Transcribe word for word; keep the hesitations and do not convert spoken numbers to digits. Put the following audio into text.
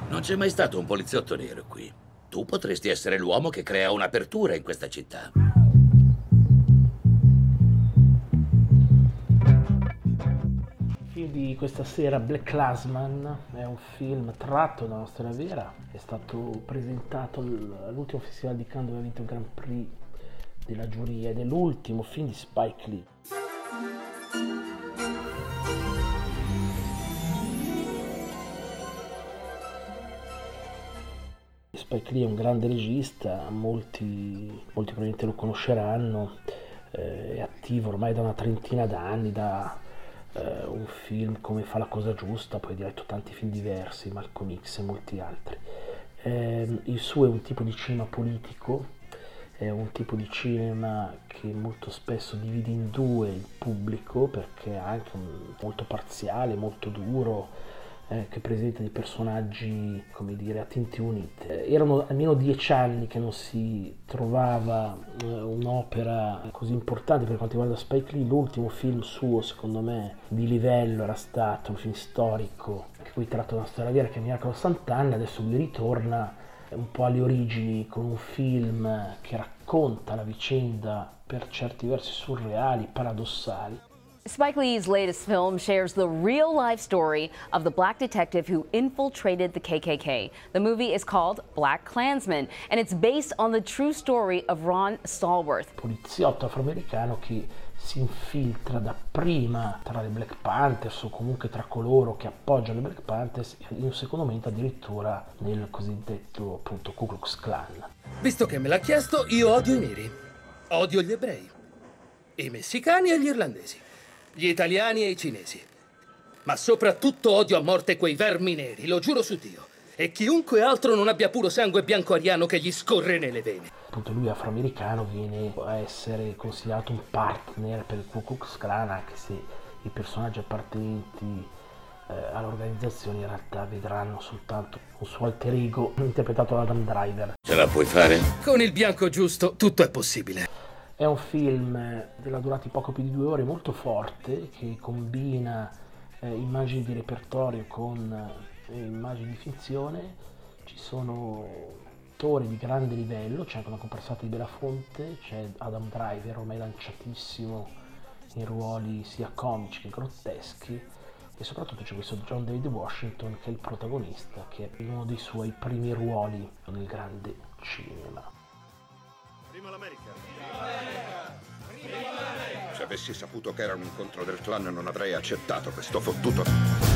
Non c'è mai stato un poliziotto nero qui. Tu potresti essere l'uomo che crea un'apertura in questa città. Il film di questa sera, Black Klansman, è un film tratto da una storia vera. È stato presentato all'ultimo Festival di Cannes dove ha vinto il Grand Prix della giuria ed è l'ultimo film di Spike Lee. Spike Lee è un grande regista, molti, molti probabilmente lo conosceranno, eh, è attivo ormai da una trentina d'anni, da eh, un film come Fa la cosa giusta, poi ha diretto tanti film diversi, Malcolm X e molti altri. Eh, il suo è un tipo di cinema politico, è un tipo di cinema che molto spesso divide in due il pubblico perché è anche un, molto parziale, molto duro, eh, che presenta dei personaggi, come dire, a tinte unite. Erano almeno dieci anni che non si trovava eh, un'opera così importante per quanto riguarda Spike Lee. L'ultimo film suo, secondo me, di livello era stato un film storico, che poi tratta una storia vera che è Miracolo Sant'Anna. Adesso lui ritorna un po' alle origini con un film che racconta la vicenda per certi versi surreali, paradossali. Spike Lee's latest film shares the real-life story of the black detective who infiltrated the K K K. The movie is called Black Klansman, and it's based on the true story of Ron Stallworth. Poliziotto afroamericano che si infiltra dapprima tra le Black Panthers o comunque tra coloro che appoggiano le Black Panthers e in un secondo momento addirittura nel cosiddetto appunto Ku Klux Klan. Visto che me l'ha chiesto, io odio i neri, odio gli ebrei, i messicani e gli irlandesi, gli italiani e i cinesi, ma soprattutto odio a morte quei vermi neri, lo giuro su Dio, e chiunque altro non abbia puro sangue bianco ariano che gli scorre nelle vene. Appunto lui afroamericano viene a essere considerato un partner per il Ku Klux Klan, anche se i personaggi appartenenti eh, all'organizzazione in realtà vedranno soltanto un suo alter ego interpretato da Adam Driver. Ce la puoi fare? Con il bianco giusto tutto è possibile. È un film della durata di poco più di due ore, molto forte, che combina eh, immagini di repertorio con eh, immagini di finzione. Ci sono attori di grande livello, c'è anche una comparsata di Belafonte, c'è Adam Driver ormai lanciatissimo in ruoli sia comici che grotteschi, e soprattutto c'è questo John David Washington che è il protagonista, che è uno dei suoi primi ruoli nel grande cinema. Prima l'America. Se avessi saputo che era un incontro del clan non avrei accettato questo fottuto.